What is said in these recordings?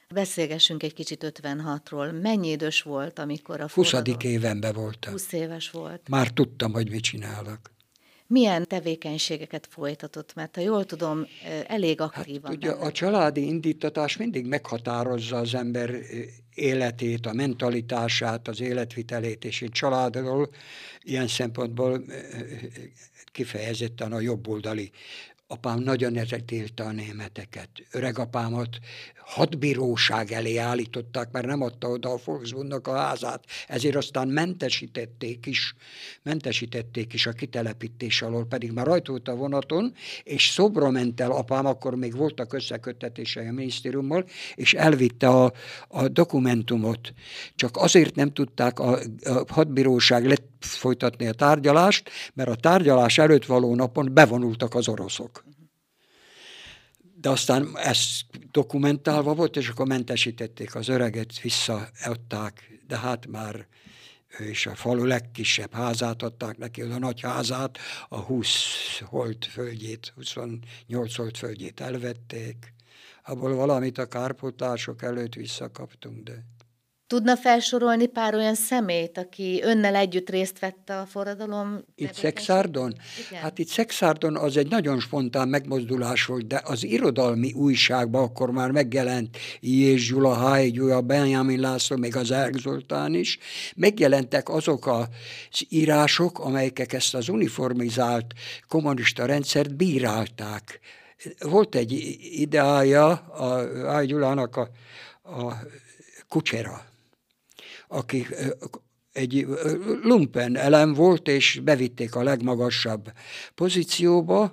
Beszélgessünk egy kicsit 56-ról. Mennyi idős volt, amikor a 20. forradalom? évenben voltam. 20 éves volt. Már tudtam, hogy mit csinálok. Milyen tevékenységeket folytatott? Mert ha jól tudom, elég Hát aktívan ugye benne. a családi indítatás mindig meghatározza az ember életét, a mentalitását, az életvitelét, és én családról ilyen szempontból kifejezetten a jobboldali. Apám nagyon elítélte a németeket. Öregapámat hadbíróság elé állították, mert nem adta oda a Volksbundnak a házát. Ezért aztán mentesítették is a kitelepítés alól, pedig már rajta volt a vonaton, és Szobra ment el apám, akkor még voltak összeköttetései a minisztériummal, és elvitte a dokumentumot. Csak azért nem tudták a hadbíróság folytatni a tárgyalást, mert a tárgyalás előtt való napon bevonultak az oroszok. De aztán ez dokumentálva volt, és akkor mentesítették az öreget, visszaadták, de hát már ő is a falu legkisebb házát adták neki, a nagy házát, a 20 holdföldjét, 28 holdföldjét elvették. Abból valamit a kárpótlások előtt visszakaptunk, de... Tudna felsorolni pár olyan személyt, aki önnel együtt részt vette a forradalom? Itt Szekszárdon? Hát itt Szekszárdon az egy nagyon spontán megmozdulás volt, de az irodalmi újságban akkor már megjelent J. Gyula, H. Gyula, Benjamin László, még az Ág Zoltán is. Megjelentek azok az írások, amelyek ezt az uniformizált kommunista rendszert bírálták. Volt egy ideája a H. Gyulának a Kucsera, aki egy lumpen elem volt, és bevitték a legmagasabb pozícióba,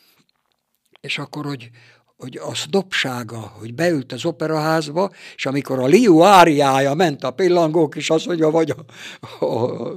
és akkor, hogy az dobsága, hogy beült az operaházba, és amikor a Liu áriája ment a pillangók, és azt mondja, vagy a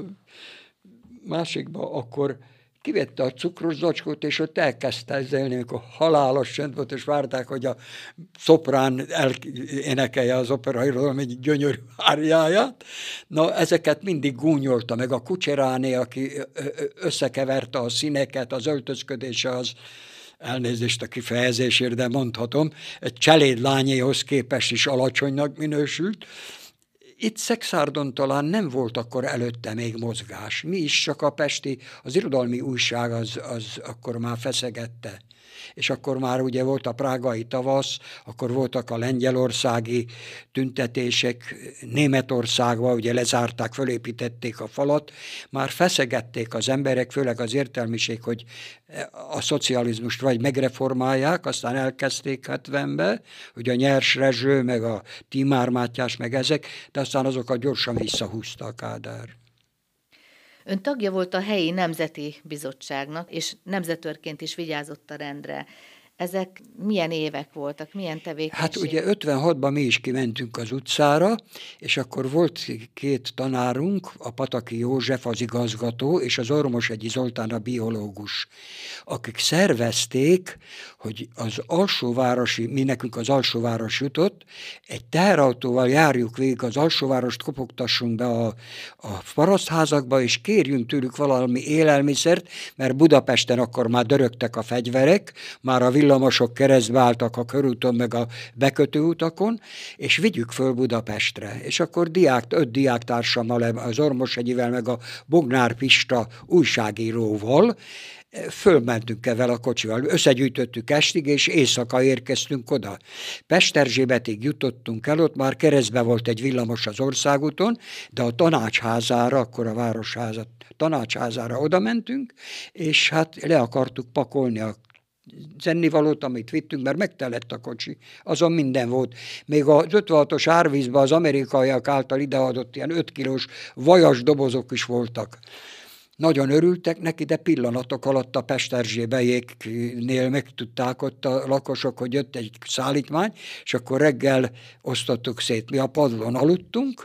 másikba, akkor kivette a cukros zacskót, és ott elkezdte ezzelni, amikor halálos csend volt, és várták, hogy a szoprán énekelje az operairodalom egy gyönyörű áriáját. Na, ezeket mindig gúnyolta meg a Kucseráné, aki összekeverte a színeket, az öltözködése az, elnézést a kifejezésért, de mondhatom, egy cselédlányéhoz képest is alacsonynak minősült. Itt Szekszárdon talán nem volt akkor előtte még mozgás. Mi is csak a pesti, az irodalmi újság az akkor már feszegette. És akkor már ugye volt a prágai tavasz, akkor voltak a lengyelországi tüntetések, Németországban ugye lezárták, fölépítették a falat, már feszegették az emberek, főleg az értelmiség, hogy a szocializmust vagy megreformálják, aztán elkezdték 70-ben, hogy a Nyers Rezső, meg a Tímár Mátyás, meg ezek, de aztán azokat gyorsan visszahúzta a Kádár. Ön tagja volt a helyi nemzeti bizottságnak, és nemzetőrként is vigyázott a rendre. Ezek milyen évek voltak, milyen tevékenység? Hát ugye 56-ban mi is kimentünk az utcára, és akkor volt két tanárunk, a Pataki József, az igazgató, és az Ormosegyi Zoltán, a biológus, akik szervezték, hogy az alsóvárosi, mi nekünk az alsóváros jutott, egy teherautóval járjuk végig az alsóvárost, kopogtassunk be a parasztházakba, és kérjünk tőlük valami élelmiszert, mert Budapesten akkor már dörögtek a fegyverek, már a villamosok keresztbe álltak a körúton, meg a bekötőutakon, és vigyük föl Budapestre. És akkor 5 diáktársammal, az Ormosegyivel, meg a Bognár Pista újságíróval fölmentünk vele a kocsival. Összegyűjtöttük estig, és éjszaka érkeztünk oda. Pesterzsébetig jutottunk el, ott már keresztbe volt egy villamos az országúton, de a tanácsházára, akkor a városháza tanácsházára oda mentünk, és hát le akartuk pakolni a zennivalót, amit vittünk, mert megtelett a kocsi. Azon minden volt. Még az 56-os árvízben az amerikaiak által ideadott ilyen 5 kilós vajas dobozok is voltak. Nagyon örültek neki, de pillanatok alatt a Pesterzsébelyéknél megtudták ott a lakosok, hogy jött egy szállítmány, és akkor reggel osztottuk szét. Mi a padlón aludtunk.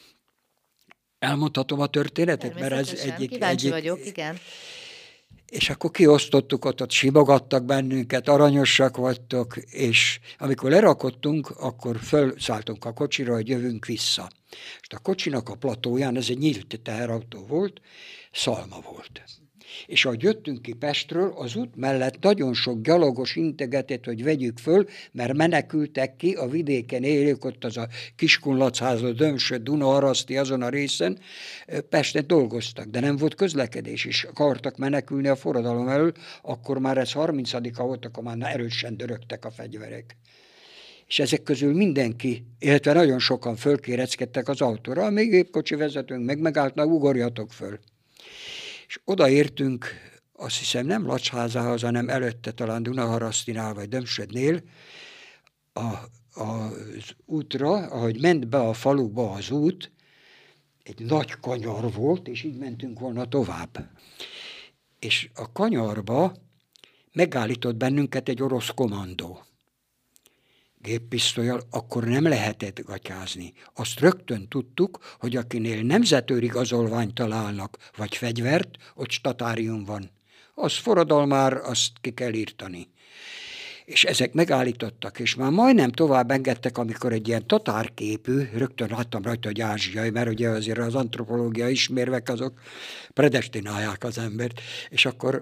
Elmondhatom a történetet, mert ez kíváncsi vagyok, igen. És akkor kiosztottuk ott simogattak bennünket, aranyosak vagytok, és amikor lerakodtunk, akkor fölszálltunk a kocsira, hogy jövünk vissza. És a kocsinak a platóján, ez egy nyílt teherautó volt, szalma volt. És ahogy jöttünk ki Pestről, az út mellett nagyon sok gyalogos integetett, hogy vegyük föl, mert menekültek ki, a vidéken élők, ott az a Kiskunlacházó, Dömsöd, Dunaharaszti, azon a részen, Pesten dolgoztak, de nem volt közlekedés, és akartak menekülni a forradalom elől, akkor már ez 30-a volt, akkor már erősen dörögtek a fegyverek. És ezek közül mindenki, illetve nagyon sokan fölkéreckedtek az autóra, még gépkocsi vezetőnk megállt, na ugorjatok föl. És odaértünk, azt hiszem nem Lachházához, hanem előtte talán Dunaharasztinál vagy Dömsödnél az útra, ahogy ment be a faluba az út, egy nagy kanyar volt, és így mentünk volna tovább. És a kanyarba megállított bennünket egy orosz kommandó. Géppisztollyal, akkor nem lehetett gatyázni. Azt rögtön tudtuk, hogy akinél nemzetőrigazolványt találnak, vagy fegyvert, ott statárium van. Az forradalmár, azt ki kell írtani. És ezek megállítottak, és már majdnem tovább engedtek, amikor egy ilyen tatárképű, rögtön láttam rajta, hogy ázsiai, mert ugye azért az antropológia ismérvek azok predestinálják az embert, és akkor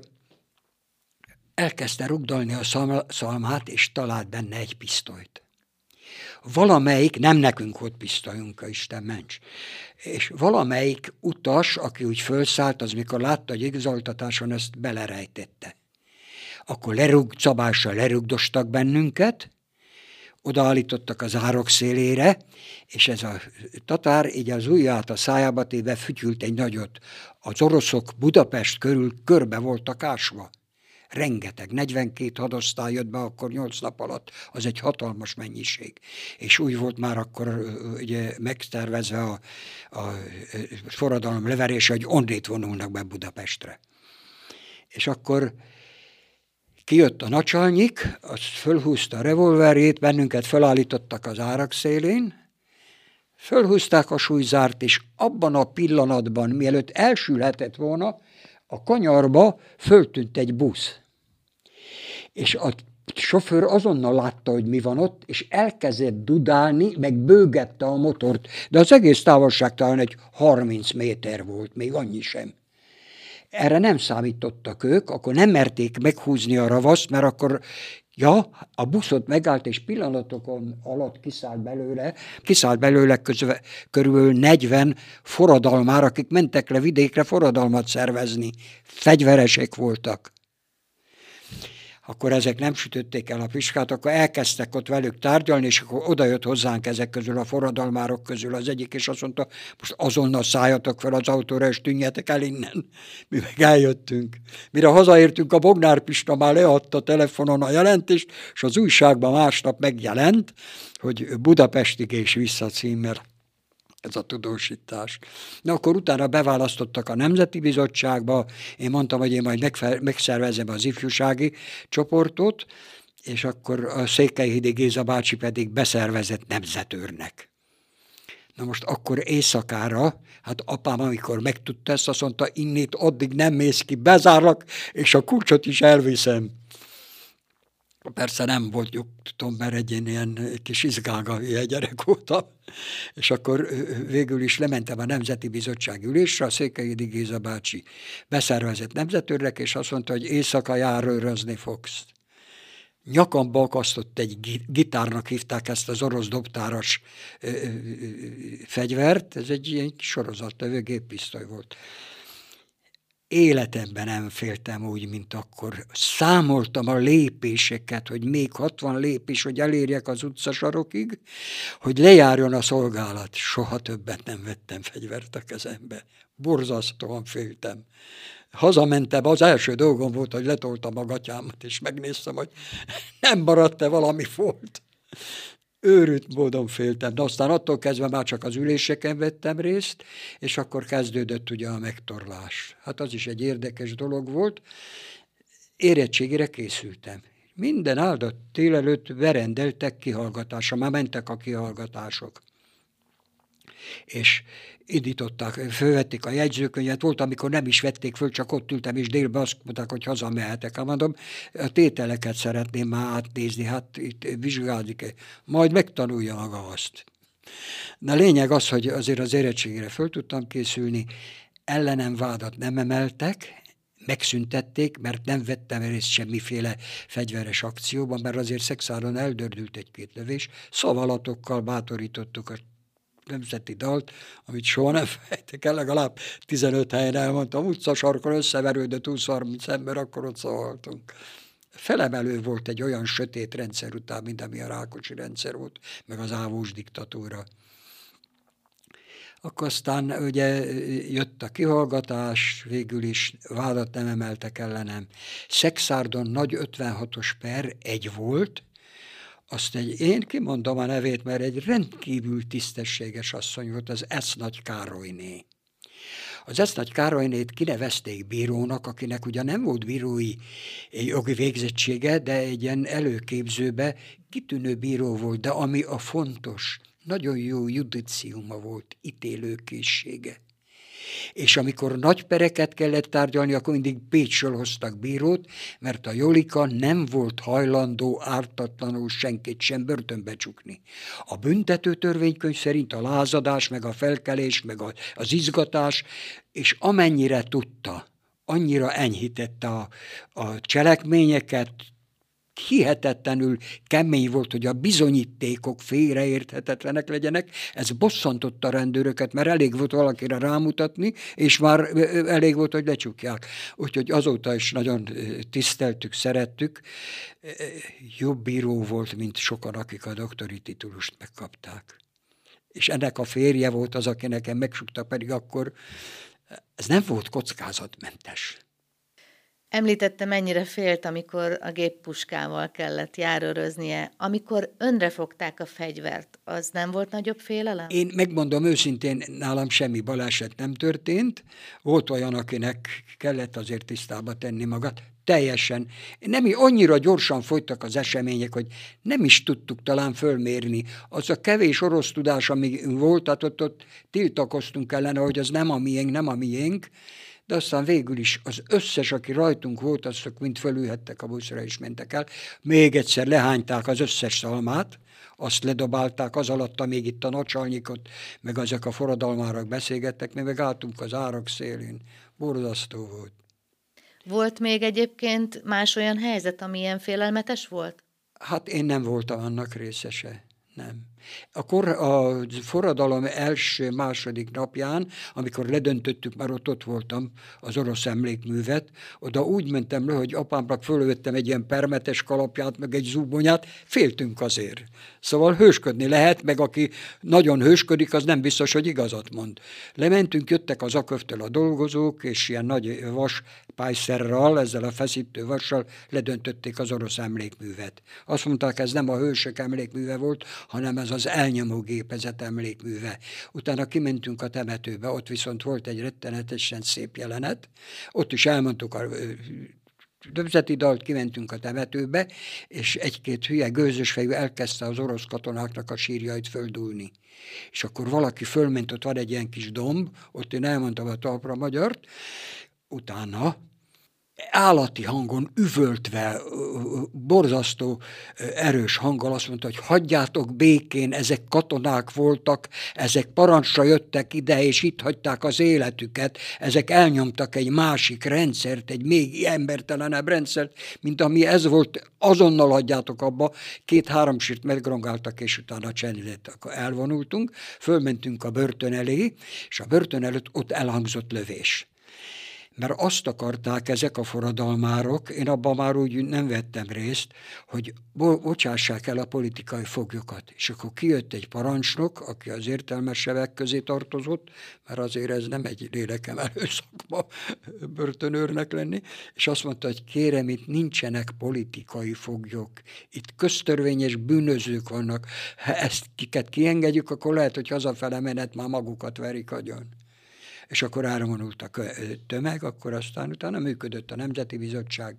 elkezdte rugdolni a szalmát, és talált benne egy pisztolyt. Valamelyik, nem nekünk volt pisztolyunk, Isten ments, és valamelyik utas, aki úgy fölszállt, az mikor látta, hogy igazoltatáson, ezt belerejtette. Akkor szabással lerugdostak bennünket, odaállítottak az árok szélére, és ez a tatár így az ujját a szájába téve fütyült egy nagyot. Az oroszok Budapest körül körbe voltak ásva. Rengeteg, 42 hadosztály jött be akkor 8 nap alatt, az egy hatalmas mennyiség. És úgy volt már akkor ugye megtervezve a forradalom leverése, hogy onnét vonulnak be Budapestre. És akkor kijött a nacsalnyik, az fölhúzta a revolverét, bennünket felállítottak az árak szélén, fölhúzták a súlyzárt, és abban a pillanatban, mielőtt elsülhetett volna, a kanyarba föltűnt egy busz. És a sofőr azonnal látta, hogy mi van ott, és elkezdett dudálni, meg bőgette a motort, de az egész távolság talán egy 30 méter volt, még annyi sem. Erre nem számítottak ők, akkor nem merték meghúzni a ravaszt, mert akkor a buszot megállt, és pillanatokon alatt kiszállt belőle körülbelül 40 forradalmár, akik mentek le vidékre forradalmat szervezni. Fegyveresek voltak. Akkor ezek nem sütötték el a piskát, akkor elkezdtek ott velük tárgyalni, és akkor odajött hozzánk ezek közül, a forradalmárok közül az egyik, és azt mondta, most azonnal szálljatok fel az autóra, és tűnjetek el innen. Mi meg eljöttünk. Mire hazaértünk, a Bognár Pista már leadta telefonon a jelentést, és az újságban másnap megjelent, hogy Budapestig és vissza címmel. Ez a tudósítás. Na akkor utána beválasztottak a Nemzeti Bizottságba, én mondtam, hogy én majd megszervezem az ifjúsági csoportot, és akkor a Székelyhidi Géza bácsi pedig beszervezett nemzetőrnek. Na most akkor éjszakára, hát apám, amikor megtudta ezt, azt mondta, innét addig nem mész ki, bezárlak, és a kulcsot is elviszem. Persze nem volt tudom, mert egy ilyen kis izgága hülye gyerek voltam. És akkor végül is lementem a Nemzeti Bizottság ülésre, a Székelyhidi Géza bácsi beszervezett nemzetőrnek, és azt mondta, hogy éjszaka járőrözni fogsz. Nyakamba akasztott egy gitárnak hívták ezt az orosz dobtáras fegyvert, ez egy ilyen sorozattevő géppisztoly volt. Életemben nem féltem úgy, mint akkor. Számoltam a lépéseket, hogy még 60 lépés, hogy elérjek az utcasarokig, hogy lejárjon a szolgálat. Soha többet nem vettem fegyvert a kezembe. Borzasztóan féltem. Hazamentem, az első dolgom volt, hogy letoltam a gatyámat, és megnéztem, hogy nem maradt-e valami folt. Őrült módon féltem, de aztán attól kezdve már csak az üléseken vettem részt, és akkor kezdődött ugye a megtorlás. Hát az is egy érdekes dolog volt. Érettségire készültem. Minden áldott délelőtt verendeltek kihallgatásra, már mentek a kihallgatások. És indították, fölvették a jegyzőkönyvet, volt, amikor nem is vették föl, csak ott ültem, és délben azt mondták, hogy hazamehetek. Hát mondom, a tételeket szeretném már átnézni, hát itt vizsgálni, majd megtanulja maga azt. De lényeg az, hogy azért az érettségére föl tudtam készülni, ellenem vádat nem emeltek, megszüntették, mert nem vettem részt semmiféle fegyveres akcióban, mert azért Szekszáron eldördült egy-két lövés, szavalatokkal bátorítottuk a nemzeti dalt, amit soha nem fejtek el, legalább 15 helyen elmondtam, utcasarkon összeverődött 20-30 ember, akkor ott szavaltunk. Felemelő volt egy olyan sötét rendszer után, mint ami a Rákosi rendszer volt, meg az ávós diktatúra. Akkor aztán ugye jött a kihallgatás, végül is vádat nem emeltek ellenem. Szekszárdon nagy 56-os per egy volt, azt én kimondom a nevét, mert egy rendkívül tisztességes asszony volt, az Esz Nagy Károlyné. Az Esz Nagy Károlynét kinevezték bírónak, akinek ugye nem volt bírói jogi végzettsége, de egy ilyen előképzőbe kitűnő bíró volt, de ami a fontos, nagyon jó judiciuma volt, ítélőkészsége. És amikor nagy pereket kellett tárgyalni, akkor mindig Pécsről hoztak bírót, mert a Jolika nem volt hajlandó ártatlanul senkit sem börtönbe csukni. A büntető törvénykönyv szerint a lázadás, meg a felkelés, meg az izgatás, és amennyire tudta, annyira enyhítette a cselekményeket, hihetetlenül kemény volt, hogy a bizonyítékok félreérthetetlenek legyenek. Ez bosszantotta a rendőröket, mert elég volt valakire rámutatni, és már elég volt, hogy lecsukják. Úgyhogy azóta is nagyon tiszteltük, szerettük. Jobb bíró volt, mint sokan, akik a doktori titulust megkapták. És ennek a férje volt az, aki nekem megsukta, pedig akkor ez nem volt kockázatmentes. Említette, mennyire félt, amikor a géppuskával kellett járőröznie. Amikor önre fogták a fegyvert, az nem volt nagyobb félelem? Én megmondom őszintén, nálam semmi baleset nem történt. Volt olyan, akinek kellett azért tisztába tenni magát. Teljesen. Nem, annyira gyorsan folytak az események, hogy nem is tudtuk talán fölmérni. Az a kevés orosz tudás, ami volt, tehát ott tiltakoztunk ellene, hogy az nem a miénk, nem a miénk. De aztán végül is az összes, aki rajtunk volt, azok mind fölülhettek a buszra és mentek el. Még egyszer lehányták az összes szalmát, azt ledobálták, az alatt, még itt a Nacsalnyikot, meg ezek a forradalmárak beszélgettek, mi meg álltunk az árak szélén. Borzasztó volt. Volt még egyébként más olyan helyzet, ami ilyen félelmetes volt? Hát én nem voltam annak részese. Nem. A forradalom első-második napján, amikor ledöntöttük, már ott voltam, az orosz emlékművet, oda úgy mentem le, hogy apámnak fölvettem egy ilyen permetes kalapját, meg egy zubonyát, féltünk azért. Szóval hősködni lehet, meg aki nagyon hősködik, az nem biztos, hogy igazat mond. Lementünk, jöttek az Aköftől a dolgozók, és ilyen nagy vaspályszerral, ezzel a feszítő vassal ledöntötték az orosz emlékművet. Azt mondták, ez nem a hősök emlékműve volt, hanem ez az elnyomó gépezet emlékműve. Utána kimentünk a temetőbe, ott viszont volt egy rettenetesen szép jelenet, ott is elmondtuk a nemzeti dalt, kimentünk a temetőbe, és egy-két hülye gőzösfejű elkezdte az orosz katonáknak a sírjait földúlni. És akkor valaki fölment, ott van egy ilyen kis domb, ott én elmondtam a talpra magyart, utána állati hangon, üvöltve, borzasztó erős hanggal azt mondta, hogy hagyjátok békén, ezek katonák voltak, ezek parancsra jöttek ide, és itt hagyták az életüket, ezek elnyomtak egy másik rendszert, egy még embertelenebb rendszert, mint ami ez volt, azonnal hagyjátok abba, 2-3 sírt megrongáltak, és utána csend lett. Akkor elvonultunk, fölmentünk a börtön elé, és a börtön előtt ott elhangzott lövés. Mert azt akarták ezek a forradalmárok, én abban már úgy nem vettem részt, hogy bocsássák el a politikai foglyokat. És akkor kijött egy parancsnok, aki az értelmesebbek közé tartozott, mert azért ez nem egy lélekemelő szakma börtönőrnek lenni, és azt mondta, hogy kérem, itt nincsenek politikai foglyok, itt köztörvényes bűnözők vannak, ha ezt kiengedjük, akkor lehet, hogy hazafele menet már magukat verik agyon. És akkor áramvonult a tömeg, akkor aztán utána működött a Nemzeti Bizottság,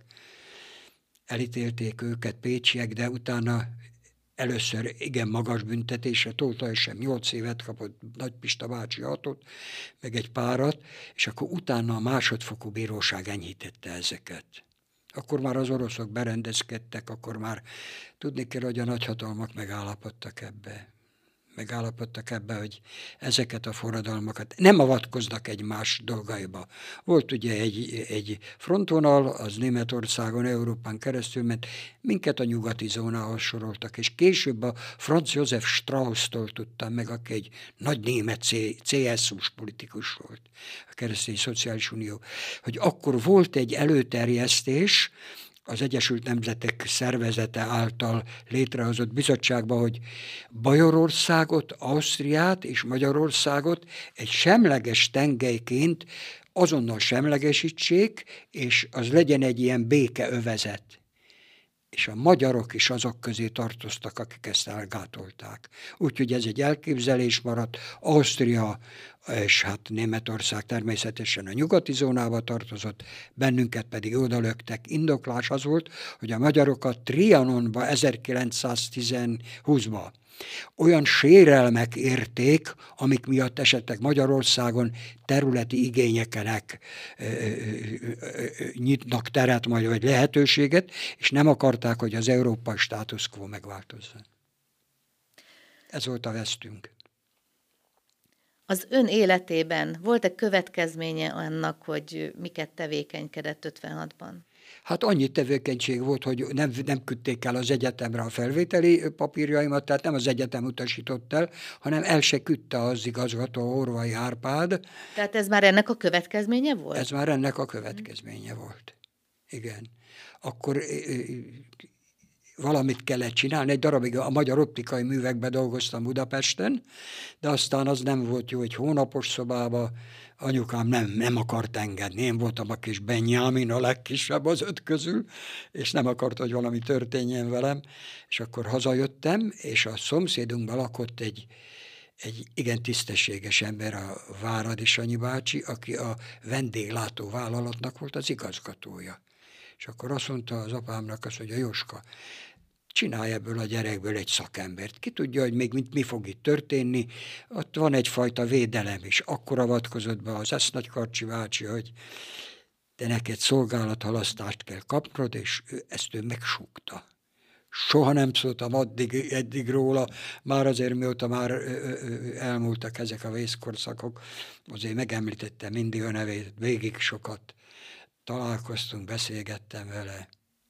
elítélték őket, pécsiek, de utána először igen magas büntetésre, Toltai sem 8 évet kapott, Nagy Pista bácsi 6-ot, meg egy párat, és akkor utána a másodfokú bíróság enyhítette ezeket. Akkor már az oroszok berendezkedtek, akkor már tudni kell, hogy a nagyhatalmak megállapodtak ebbe. megállapodtak ebbe, hogy ezeket a forradalmakat nem avatkoznak egymás dolgaiba. Volt ugye egy frontvonal, az Németországon, Európán keresztül ment, minket a nyugati zónához soroltak, és később a Franz Josef Strauss-tól tudtam meg, aki egy nagy német CSU-s politikus volt, a Keresztény Szociális Unió, hogy akkor volt egy előterjesztés az Egyesült Nemzetek Szervezete által létrehozott bizottságban, hogy Bajorországot, Ausztriát és Magyarországot egy semleges tengelyként azonnal semlegesítsék, és az legyen egy ilyen békeövezet. És a magyarok is azok közé tartoztak, akik ezt elgátolták. Úgyhogy ez egy elképzelés maradt. Ausztria és hát Németország természetesen a nyugati zónába tartozott, bennünket pedig odalöktek. Indoklás az volt, hogy a magyarokat Trianonba 1920-ban olyan sérelmek érték, amik miatt esetleg Magyarországon területi igényeknek nyitnak teret majd, vagy lehetőséget, és nem akarták, hogy az európai status quo megváltozzon. Ez volt a vesztünk. Az ön életében volt-e következménye annak, hogy miket tevékenykedett 56-ban? Hát annyi tevékenység volt, hogy nem küldték el az egyetemre a felvételi papírjaimat, tehát nem az egyetem utasított el, hanem el se küldte az igazgató, Orvai Árpád. Tehát ez már ennek a következménye volt? Ez már ennek a következménye volt. Igen. Akkor valamit kellett csinálni. Egy darabig a Magyar Optikai Művekben dolgoztam Budapesten, de aztán az nem volt jó, egy hónapos szobába. Anyukám nem akart engedni. Én voltam a kis Benyámin, a legkisebb az 5 közül, és nem akart, hogy valami történjen velem. És akkor hazajöttem, és a szomszédunkban lakott egy igen tisztességes ember, a Váradi Sanyi bácsi, aki a vendéglátó vállalatnak volt az igazgatója. És akkor azt mondta az apámnak, azt mondja, Jóska, csinálj ebből a gyerekből egy szakembert. Ki tudja, hogy még mi fog itt történni. Ott van egyfajta védelem is. Akkor avatkozott be az Esznagykarcsi bácsi, hogy de neked szolgálathalasztást kell kapnod, és ezt ő megsúgta. Soha nem szóltam eddig róla, már azért mióta már elmúltak ezek a vészkorszakok, azért megemlítettem mindig a nevét, végig sokat találkoztunk, beszélgettem vele,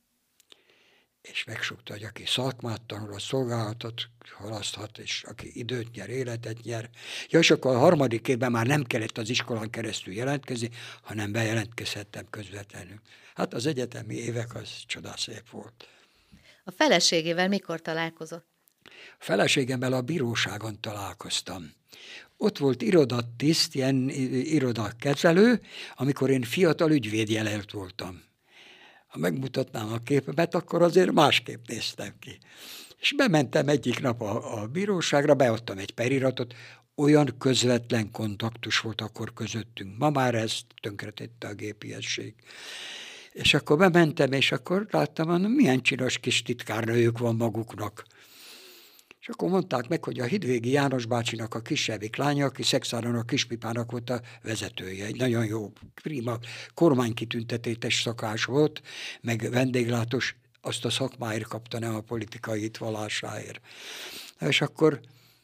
és megsúgta, hogy aki szakmát tanul, a szolgálatot halaszthat, és aki időt nyer, életet nyer. Ja, és akkor a 3. évben már nem kellett az iskolán keresztül jelentkezni, hanem bejelentkezhettem közvetlenül. Hát az egyetemi évek az csodaszép volt. A feleségével mikor találkozott? A feleségemmel a bíróságon találkoztam. Ott volt irodatiszt, ilyen irodakezelő, amikor én fiatal ügyvédjelölt voltam. Ha megmutatnám a képemet, akkor azért másképp néztem ki. És bementem egyik nap a bíróságra, beadtam egy periratot, olyan közvetlen kontaktus volt akkor közöttünk. Ma már ezt tönkretette a gépiesség. És akkor bementem, és akkor láttam, mondom, milyen csinos kis titkárnőjük van maguknak. És akkor mondták meg, hogy a Hidvégi János bácsinak a kisebbik lánya, aki Szexáron a Kispipának volt a vezetője. Egy nagyon jó, prima kormánykitüntetétes szakás volt, meg vendéglátós, azt a szakmáért kapta, nem a politikai hitvallásáért. És akkor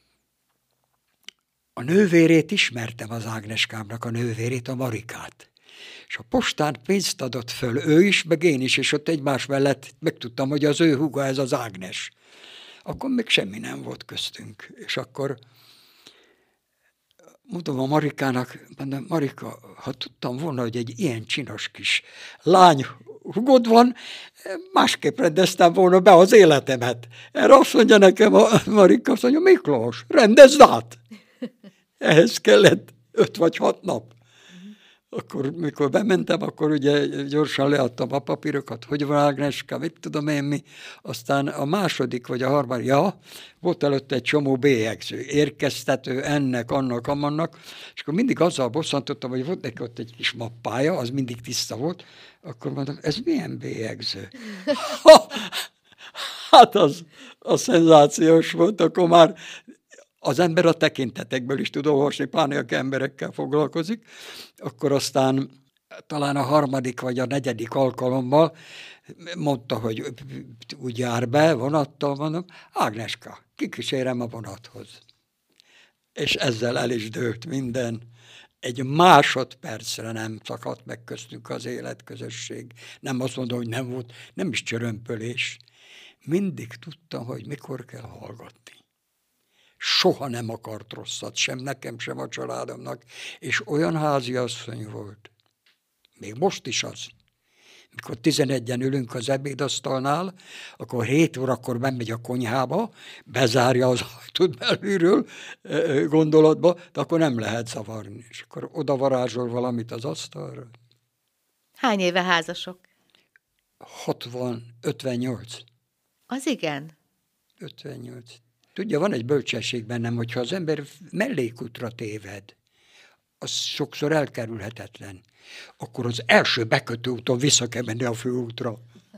a nővérét ismertem, az Ágneskámnak a nővérét, a Marikát. És a postán pénzt adott föl ő is, meg én is, és ott egymás mellett megtudtam, hogy az ő húga ez az Ágnes. Akkor még semmi nem volt köztünk. És akkor mondom a Marikának, mondom, Marika, ha tudtam volna, hogy egy ilyen csinos kis lány hugod van, másképp rendeztem volna be az életemet. Erre azt mondja nekem a Marika, azt mondja, Miklós, rendezd át! Ehhez kellett 5 vagy 6 nap. Akkor, mikor bementem, akkor ugye gyorsan leadtam a papírokat, hogy van Ágneska, mit tudom én mi. Aztán a második vagy a harmadik, volt előtte egy csomó bélyegző, érkeztető, ennek, annak, amannak, és akkor mindig azzal bosszantottam, hogy volt neki ott egy kis mappája, az mindig tiszta volt, akkor mondom, ez milyen bélyegző? Hát az szenzációs volt, akkor már az ember a tekintetekből is tud olvasni, pláne aki emberekkel foglalkozik, akkor aztán talán a 3. vagy a 4. alkalommal mondta, hogy úgy jár be vonattal, mondom, Ágneska, kikísérem a vonathoz. És ezzel el is dőlt minden. Egy másodpercre nem szakadt meg köztünk az életközösség. Nem azt mondom, hogy nem volt, nem is csörömpölés. Mindig tudtam, hogy mikor kell hallgatni. Soha nem akart rosszat, sem nekem, sem a családomnak, és olyan háziasszony volt. Még most is az. Mikor 11-en ülünk az ebédasztalnál, akkor 7 órakor bemegy a konyhába, bezárja az ajtót belülről gondolatba, de akkor nem lehet zavarni. És akkor oda varázsol valamit az asztalra. Hány éve házasok? 58. Az igen? 58. Tudja, van egy bölcsesség bennem, hogyha az ember mellékútra téved, az sokszor elkerülhetetlen, akkor az első bekötő úton vissza kell menni a főútra.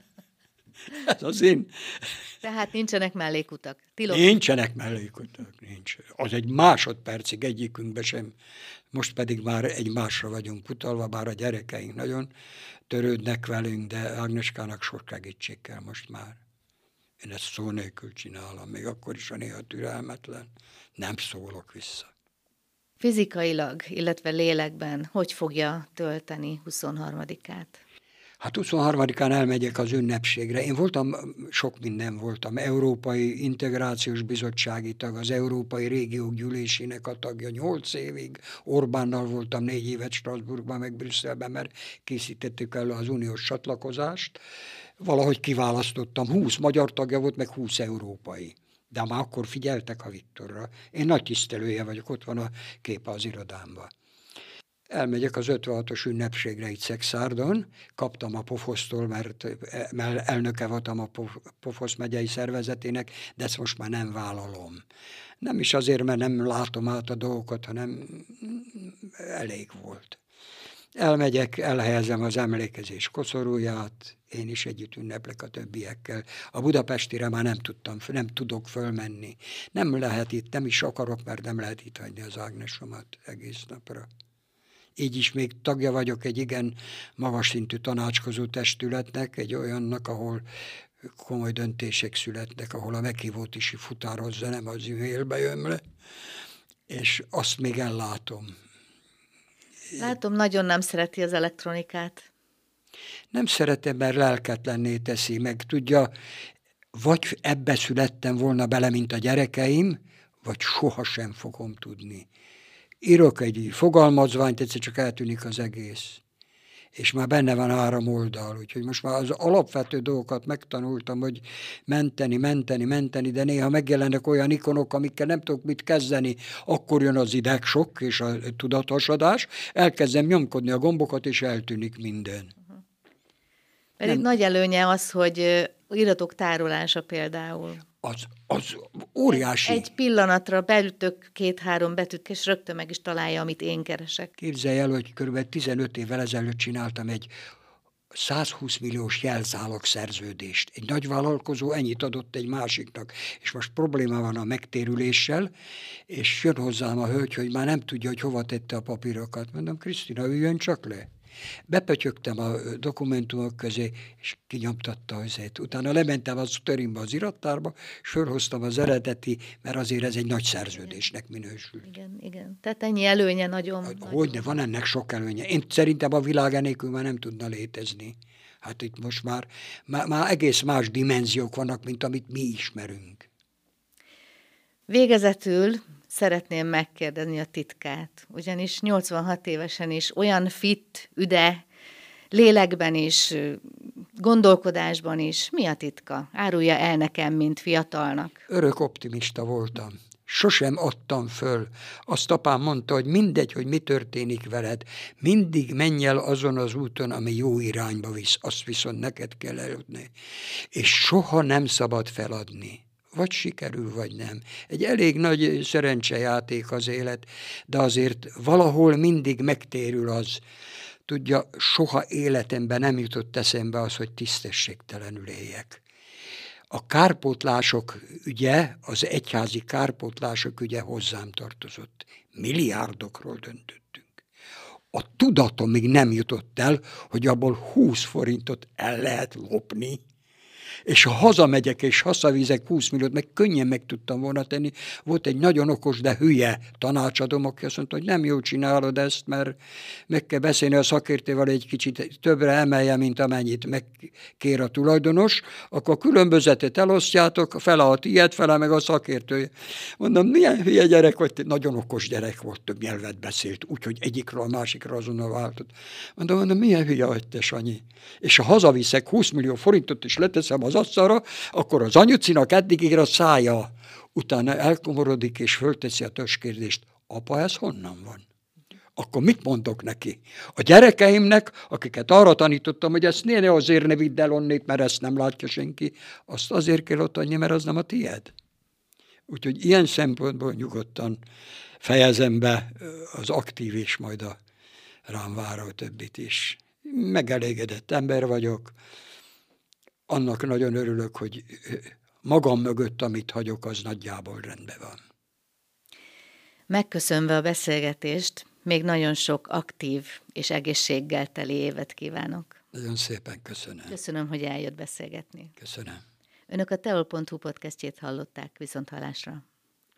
Ez az én. Tehát nincsenek mellékutak. Tilos. Nincsenek mellékutak, nincs. Az egy másodpercig egyikünkbe sem. Most pedig már egymásra vagyunk utalva, bár a gyerekeink nagyon törődnek velünk, de Ágneskának sok segítség kell most már. Én ezt szó nélkül csinálom, még akkor is, a néha türelmetlen. Nem szólok vissza. Fizikailag, illetve lélekben hogy fogja tölteni 23-át? Hát 23-án elmegyek az ünnepségre. Én voltam, sok minden voltam, Európai Integrációs Bizottsági tag, az Európai Régiók Gyűlésének a tagja 8 évig. Orbánnal voltam 4 évet Strasbourgban, meg Brüsszelben, mert készítettük elő az uniós csatlakozást. Valahogy kiválasztottam, 20 magyar tagja volt, meg 20 európai. De már akkor figyeltek a Viktorra. Én nagy tisztelője vagyok, ott van a képe az irodámban. Elmegyek az 56-os ünnepségre itt Szekszárdon, kaptam a Pofosztól, mert elnöke voltam a Pofosz megyei szervezetének, de ezt most már nem vállalom. Nem is azért, mert nem látom át a dolgokat, hanem elég volt. Elmegyek, elhelyezem az emlékezés koszorúját, én is együtt ünneplek a többiekkel. A budapestire már nem tudok fölmenni. Nem lehet itt, nem is akarok, mert nem lehet itt hagyni az Ágnesomat egész napra. Így is még tagja vagyok egy igen magas szintű tanácskozó testületnek, egy olyannak, ahol komoly döntések születnek, ahol a meghívót is futározza, nem az e-mailbe jön le, és azt még ellátom. Látom, nagyon nem szereti az elektronikát. Nem szeretem, mert lelketlenné teszi, meg tudja, vagy ebbe születtem volna bele, mint a gyerekeim, vagy sohasem fogom tudni. Írok egy fogalmazványt, egyszer csak eltűnik az egész. És már benne van 3 oldal, úgyhogy most már az alapvető dolgokat megtanultam, hogy menteni, de néha megjelennek olyan ikonok, amikkel nem tudok mit kezdeni, akkor jön az idegsok és a tudathasadás, elkezdem nyomkodni a gombokat, és eltűnik minden. Pedig nagy előnye az, hogy iratok tárolása például. Az óriási. Egy pillanatra beütök 2-3 betűt, és rögtön meg is találja, amit én keresek. Képzelj el, hogy kb. 15 évvel ezelőtt csináltam egy 120 milliós jelzálog szerződést. Egy nagy vállalkozó ennyit adott egy másiknak, és most probléma van a megtérüléssel, és jön hozzám a hölgy, hogy már nem tudja, hogy hova tette a papírokat. Mondom, Krisztina, üljön csak le. Bepötyögtem a dokumentumok közé, és kinyomtatta azért. Utána lementem az törimbe, az irattárba, és fölhoztam az eredeti, mert azért ez egy nagy szerződésnek minősül. Igen. Tehát ennyi előnye nagyon. Hogyne, van ennek sok előnye. Én szerintem a világ enélkül már nem tudna létezni. Hát itt most már egész más dimenziók vannak, mint amit mi ismerünk. Végezetül szeretném megkérdezni a titkát, ugyanis 86 évesen is olyan fit, üde, lélekben is, gondolkodásban is. Mi a titka? Árulja el nekem, mint fiatalnak. Örök optimista voltam. Sosem adtam föl. Azt apám mondta, hogy mindegy, hogy mi történik veled, mindig menj el azon az úton, ami jó irányba visz. Azt viszont neked kell eljutni. És soha nem szabad feladni. Vagy sikerül, vagy nem. Egy elég nagy szerencsejáték az élet, de azért valahol mindig megtérül az. Tudja, soha életemben nem jutott eszembe az, hogy tisztességtelenül éljek. A kárpótlások ügye, az egyházi kárpótlások ügye hozzám tartozott. Milliárdokról döntöttünk. A tudatom még nem jutott el, hogy abból 20 forintot el lehet lopni. És ha hazamegyek, és hazavízek 20 milliót, meg könnyen meg tudtam volna tenni. Volt egy nagyon okos, de hülye tanácsadóm, aki azt mondta, hogy nem jól csinálod ezt, mert meg kell beszélni a szakértővel, egy kicsit többre emelje, mint amennyit megkér a tulajdonos, akkor a különbözetet elosztjátok, fele a tiéd, fele meg a szakértője. Mondom, milyen hülye gyerek vagy, nagyon okos gyerek volt, több nyelvet beszélt, úgyhogy egyikről a másikra azonnal váltott. Mondom, milyen hülye vagy te, Sanyi. És ha hazaviszek 20 millió forintot, és leteszem az asztalra, akkor az anyucinak eddig ír a szája. Utána elkomorodik, és fölteszi a törzskérdést. Apa, ez honnan van? Akkor mit mondok neki? A gyerekeimnek, akiket arra tanítottam, hogy ezt ne azért ne vidd el onnét, mert ezt nem látja senki, azt azért kell ott adni, mert az nem a tiéd. Úgyhogy ilyen szempontból nyugodtan fejezem be az aktív és majd a rám váró többit is. Megelégedett ember vagyok, annak nagyon örülök, hogy magam mögött, amit hagyok, az nagyjából rendben van. Megköszönve a beszélgetést, még nagyon sok aktív és egészséggel teli évet kívánok. Nagyon szépen köszönöm. Köszönöm, hogy eljött beszélgetni. Köszönöm. Önök a teol.hu podcastjét hallották, viszonthallásra.